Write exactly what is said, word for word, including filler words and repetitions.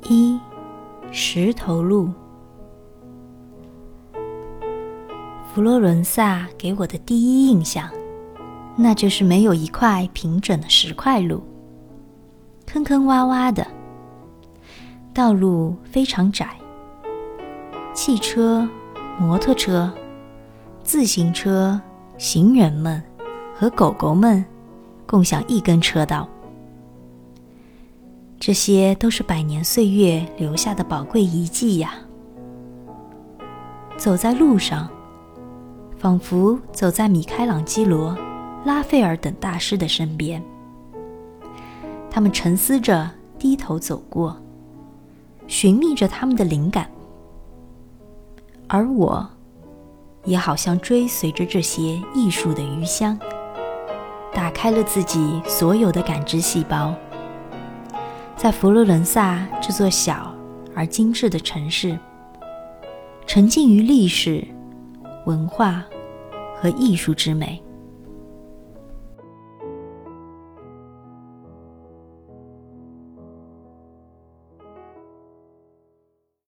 一、石头路。佛罗伦萨给我的第一印象，那就是没有一块平整的石块路，坑坑洼洼的，道路非常窄，汽车、摩托车、自行车、行人们和狗狗们共享一根车道。这些都是百年岁月留下的宝贵遗迹呀。走在路上，仿佛走在米开朗基罗、拉斐尔等大师的身边。他们沉思着低头走过，寻觅着他们的灵感，而我也好像追随着这些艺术的余香，打开了自己所有的感知细胞。在佛罗伦萨这座小而精致的城市，沉浸于历史、文化和艺术之美。